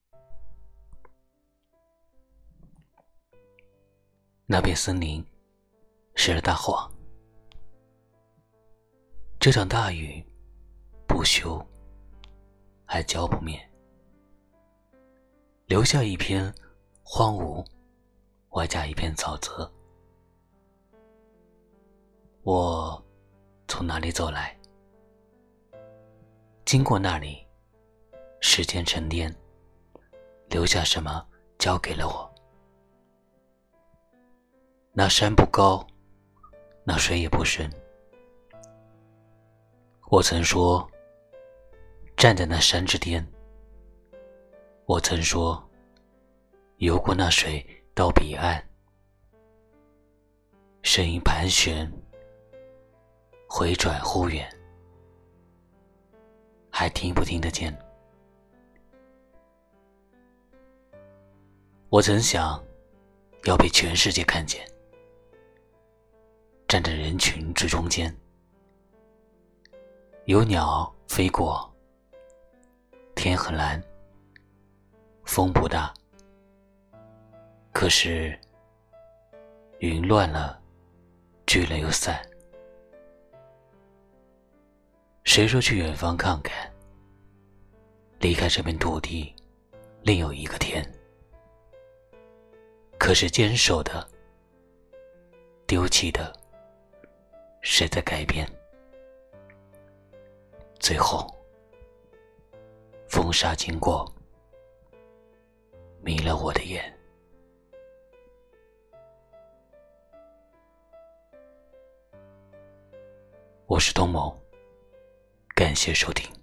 那片森林失了大火，这场大雨不休，还浇不灭，留下一片荒芜，外加一片沼泽。我从哪里走来？经过那里，时间沉淀，留下什么交给了我。那山不高，那水也不深。我曾说，站在那山之巅。我曾说，游过那水到彼岸。声音盘旋，回转忽远，还听不听得见？我曾想要被全世界看见，站在人群之中间。有鸟飞过，天很蓝，风不大，可是云乱了，聚了又散。谁说去远方看看？离开这片土地，另有一个天。可是坚守的，丢弃的，谁在改变？最后，风沙经过，迷了我的眼。我是东某，感谢收听。